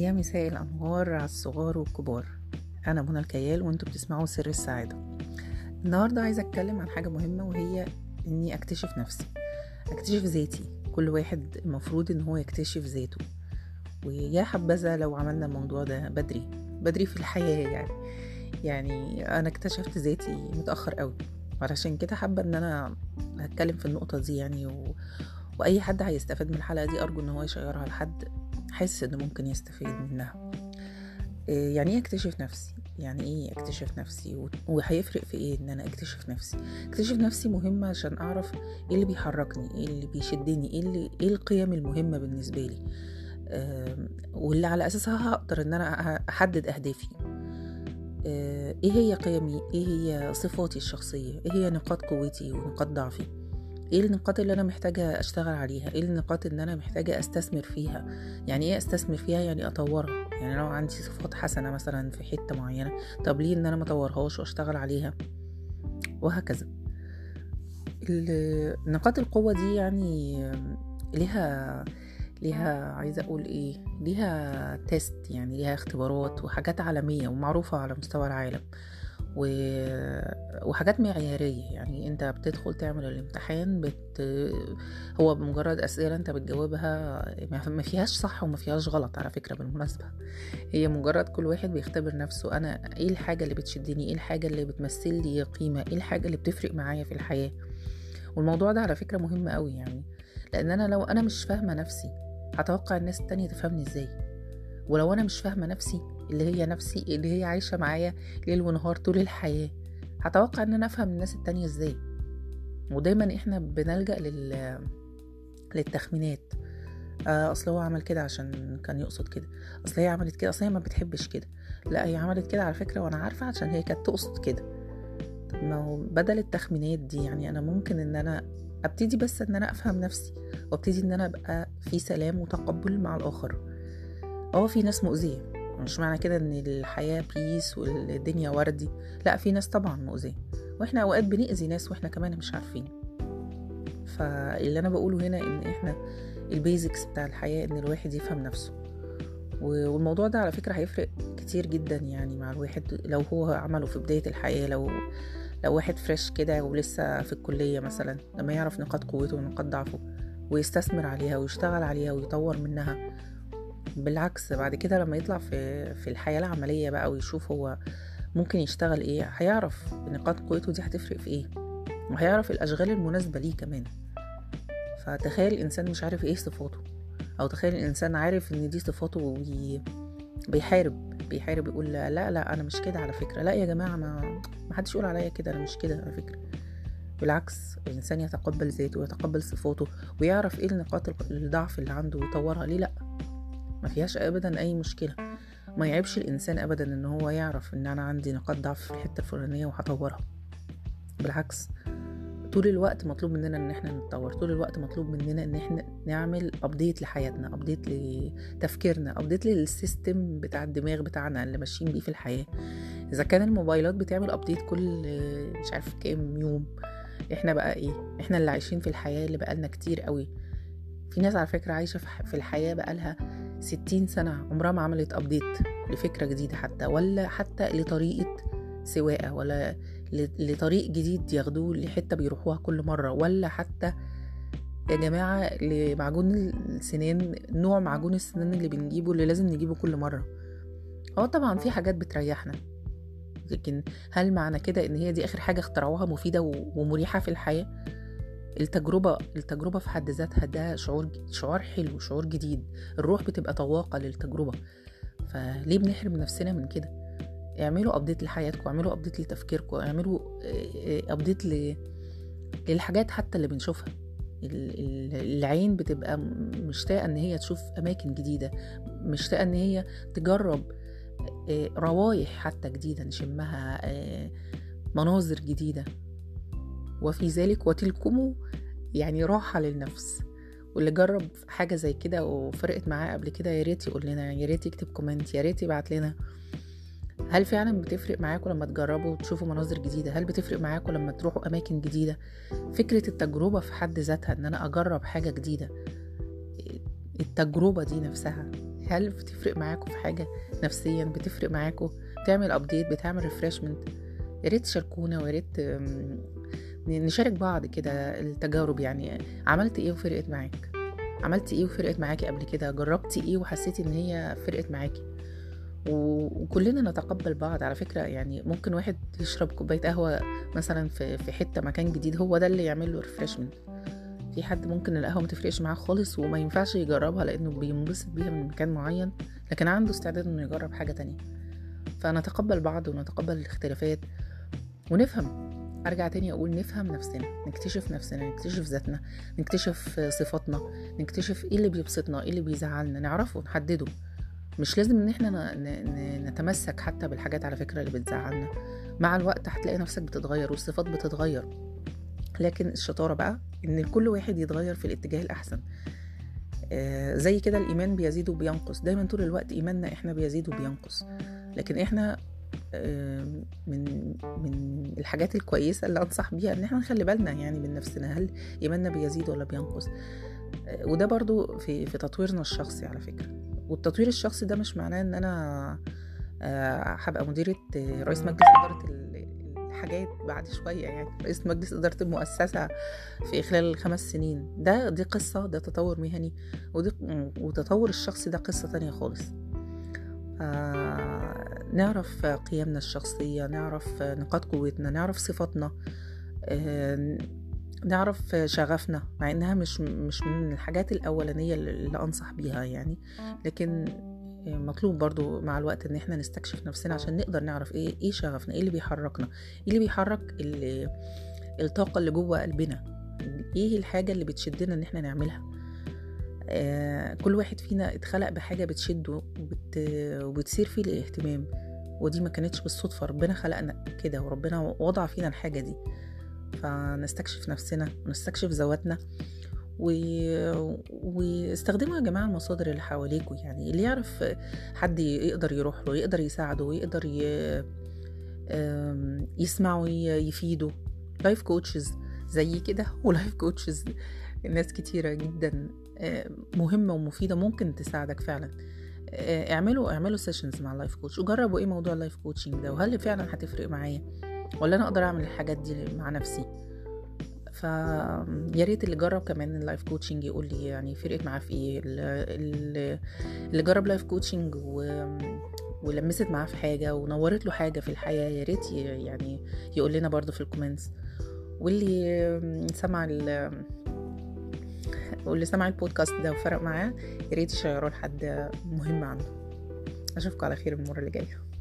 يا مساء الأنوار على الصغار والكبار. أنا منى الكيال وانتوا بتسمعوا سر السعادة. النهاردة عايزة أتكلم عن حاجة مهمة، وهي إني أكتشف نفسي، أكتشف ذاتي. كل واحد المفروض إن هو يكتشف ذاته، ويا حبذا لو عملنا الموضوع ده بدري في الحياة. يعني أنا اكتشفت ذاتي متأخر قوي، علشان كده حابة إن أنا هتكلم في النقطة دي وأي حد هيستفاد من الحلقة دي أرجو إن هو يشيرها لحد حاسس إنه ممكن يستفيد منها. يعني ايه اكتشف نفسي؟ يعني ايه اكتشف نفسي وهيفرق في ايه ان انا اكتشف نفسي؟ اكتشف نفسي مهمة عشان اعرف ايه اللي بيحركني، ايه اللي بيشدني، ايه القيم المهمة بالنسبة لي، واللي على اساسها هقدر ان انا احدد اهدافي. ايه هي قيمي، ايه هي صفاتي الشخصية، ايه هي نقاط قوتي ونقاط ضعفي، ايه النقاط اللي انا محتاجة اشتغل عليها، ايه النقاط اللي انا محتاجة استثمر فيها. يعني ايه استثمر فيها؟ يعني اطورها. يعني لو عندي صفات حسنة مثلا في حتة معينة، طب ليه ان انا ما اطورهاش واشتغل عليها، وهكذا. نقاط القوة دي يعني ليها عايزة اقول ايه، ليها تيست، يعني ليها اختبارات وحاجات عالمية ومعروفة على مستوى العالم وحاجات معيارية. يعني انت بتدخل تعمل الامتحان هو بمجرد اسئلة انت بتجاوبها، ما فيهاش صح وما فيهاش غلط على فكرة. بالمناسبة هي مجرد كل واحد بيختبر نفسه، انا ايه الحاجة اللي بتشدني، ايه الحاجة اللي بتمثل لي قيمة، ايه الحاجة اللي بتفرق معايا في الحياة. والموضوع ده على فكرة مهم قوي، يعني لان انا لو انا مش فاهمة نفسي هتوقع الناس التانية تفهمني ازاي؟ ولو انا مش فاهمة نفسي اللي هي نفسي اللي هي عايشة معايا ليل ونهار طول الحياة، هتوقع ان انا افهم الناس التانية ازاي؟ ودايما احنا بنلجأ للتخمينات. اصل هو عمل كده عشان كان يقصد كده، اصل هي عملت كده، اصل هي ما بتحبش كده، لا هي عملت كده على فكرة وانا عارفة عشان هي كانت تقصد كده. طب ما هو بدل التخمينات دي، يعني انا ممكن ان انا ابتدي بس ان انا افهم نفسي، وابتدي ان انا ابقى في سلام وتقبل مع الاخر. في ناس مؤذية، مش معنى كده ان الحياة بيس والدنيا وردي، لا في ناس طبعا مؤذية، واحنا اوقات بنأذي ناس واحنا كمان مش عارفين. فاللي انا بقوله هنا ان احنا البيزكس بتاع الحياة ان الواحد يفهم نفسه. والموضوع ده على فكرة هيفرق كتير جدا يعني مع الواحد لو هو عمله في بداية الحياة. لو واحد فريش كده ولسه في الكلية مثلا، لما يعرف نقاط قوته ونقاط ضعفه ويستثمر عليها ويشتغل عليها ويطور منها، بالعكس بعد كده لما يطلع في الحياة العملية بقى ويشوف هو ممكن يشتغل ايه، هيعرف نقاط قوته دي هتفرق في ايه، وهيعرف الاشغال المناسبة ليه كمان. فتخيل الانسان مش عارف ايه صفاته، او تخيل الانسان عارف ان دي صفاته بيحارب يقول لا انا مش كده على فكرة، لا يا جماعة ما حدش يقول عليا كده، انا مش كده على فكرة. بالعكس الانسان يتقبل ذاته ويتقبل صفاته ويعرف ايه النقاط الضعف اللي عنده ويطورها. ليه لا؟ ما فيهاش ابدا اي مشكلة. ما يعيبش الانسان ابدا ان هو يعرف ان انا عندي نقاط ضعف في الحتة الفلانية وهطورها. بالعكس طول الوقت مطلوب مننا ان احنا نتطور، طول الوقت مطلوب مننا ان احنا نعمل ابديت لحياتنا، ابديت لتفكيرنا، ابديت للسيستم بتاع الدماغ بتاعنا اللي ماشيين بيه في الحياة. اذا كان الموبايلات بتعمل ابديت كل مش عارف كام يوم، احنا بقى ايه؟ احنا اللي عايشين في الحياة اللي بقالنا كتير قوي. في ناس على فكرة عايشة في الحياة بقالها 60 سنة عمرها ما عملت أبديت لفكرة جديدة حتى، ولا حتى لطريقة سواقة، ولا لطريق جديد ياخدوه لحتة بيروحوها كل مرة، ولا حتى يا جماعة لمعجون السنان، نوع معجون السنان اللي بنجيبه اللي لازم نجيبه كل مرة. طبعا في حاجات بتريحنا، لكن هل معنى كده ان هي دي اخر حاجة اخترعوها مفيدة ومريحة في الحياة؟ التجربة في حد ذاتها ده شعور حلو، شعور جديد، الروح بتبقى طواقة للتجربة. فليه بنحرم نفسنا من كده؟ اعملوا ابديت لحياتكم، اعملوا ابديت لتفكيركم، اعملوا ابديت للحاجات حتى اللي بنشوفها. العين بتبقى مشتاقة ان هي تشوف اماكن جديدة، مشتاقة ان هي تجرب روايح حتى جديدة نشمها، مناظر جديدة. وفي ذلك وتلكم يعني راحة للنفس. واللي جرب حاجة زي كده وفرقت معاه قبل كده يا ريت يقول لنا، يا ريت يكتب كومنت، يا ريت يبعت لنا. هل فعلا بتفرق معاكم لما تجربوا وتشوفوا مناظر جديدة؟ هل بتفرق معاكم لما تروحوا أماكن جديدة؟ فكرة التجربة في حد ذاتها، ان انا اجرب حاجة جديدة، التجربة دي نفسها هل بتفرق معاكم في حاجة نفسيا؟ بتفرق معاكم؟ تعمل ابديت، بتعمل ريفرشمنت؟ يا ريت تشاركونا، ويا ريت نشارك بعض كده التجارب. يعني عملت ايه وفرقت معاك؟ عملتي ايه وفرقت معاكي قبل كده؟ جربتي ايه وحسيتي ان هي فرقت معاكي؟ وكلنا نتقبل بعض على فكرة. يعني ممكن واحد يشرب كوباية قهوة مثلا في حتة مكان جديد، هو ده اللي يعمل له ريفرشمنت. في حد ممكن القهوة ما تفرقش معاه خالص وما ينفعش يجربها لانه بينبسط بيها من مكان معين، لكن عنده استعداد انه يجرب حاجة تانية. فنتقبل بعض ونتقبل الاختلافات ونفهم. ارجع تاني اقول نفهم نفسنا، نكتشف نفسنا، نكتشف ذاتنا، نكتشف صفاتنا، نكتشف ايه اللي بيبسطنا، ايه اللي بيزعلنا، نعرفه، نحدده. مش لازم ان احنا نتمسك حتى بالحاجات على فكرة اللي بتزعلنا. مع الوقت هتلاقي نفسك بتتغير والصفات بتتغير، لكن الشطارة بقى ان كل واحد يتغير في الاتجاه الاحسن. زي كده الايمان بيزيد وبينقص، دايما طول الوقت ايماننا احنا بيزيد وبينقص، لكن احنا من الحاجات الكويسة اللي انصح بيها ان احنا نخلي بالنا يعني من نفسنا، هل ايماننا بيزيد ولا بينقص. وده برضو في تطويرنا الشخصي على فكرة. والتطوير الشخصي ده مش معناه ان انا هبقى مديرة رئيس مجلس إدارة الحاجات بعد شوية، يعني رئيس مجلس إدارة المؤسسة في خلال 5 سنين. دي قصة، ده تطور مهني، وتطور الشخصي ده قصة تانية خالص. نعرف قيمنا الشخصية، نعرف نقاط قوتنا، نعرف صفاتنا، نعرف شغفنا، مع انها مش من الحاجات الاولانية اللي انصح بيها يعني، لكن مطلوب برضو مع الوقت ان احنا نستكشف نفسنا عشان نقدر نعرف ايه شغفنا، ايه اللي بيحركنا، ايه اللي بيحرك الطاقة اللي جوه قلبنا، ايه الحاجة اللي بتشدنا ان احنا نعملها. كل واحد فينا اتخلق بحاجة بتشده وبتثير فيه الاهتمام، ودي ما كانتش بالصدفة، ربنا خلقنا كده وربنا وضع فينا الحاجة دي. فنستكشف نفسنا ونستكشف ذواتنا واستخدموا يا جماعة المصادر اللي حواليكوا. يعني اللي يعرف حد يقدر يروح له، يقدر يساعده، ويقدر يسمعه، يفيده. لايف كوتشز زي كده، ولايف كوتشز ناس كتيرة جدا مهمة ومفيدة ممكن تساعدك فعلا. اعملوا سيشنز مع اللايف كوتش، وجربوا ايه موضوع اللايف كوتشنج ده، وهل فعلا هتفرق معايا ولا انا اقدر اعمل الحاجات دي مع نفسي. فيا ريت اللي جرب كمان اللايف كوتشنج يقول لي يعني فرقت معاه في ايه. اللي جرب لايف كوتشنج ولمست معاه في حاجه ونورت له حاجه في الحياه، يا ريت يعني يقول لنا برضو في الكومنتس. واللي سمع البودكاست ده وفرق معاه، يا ريت يشيروه لحد مهم عنده. اشوفكم على خير المره اللي جايه.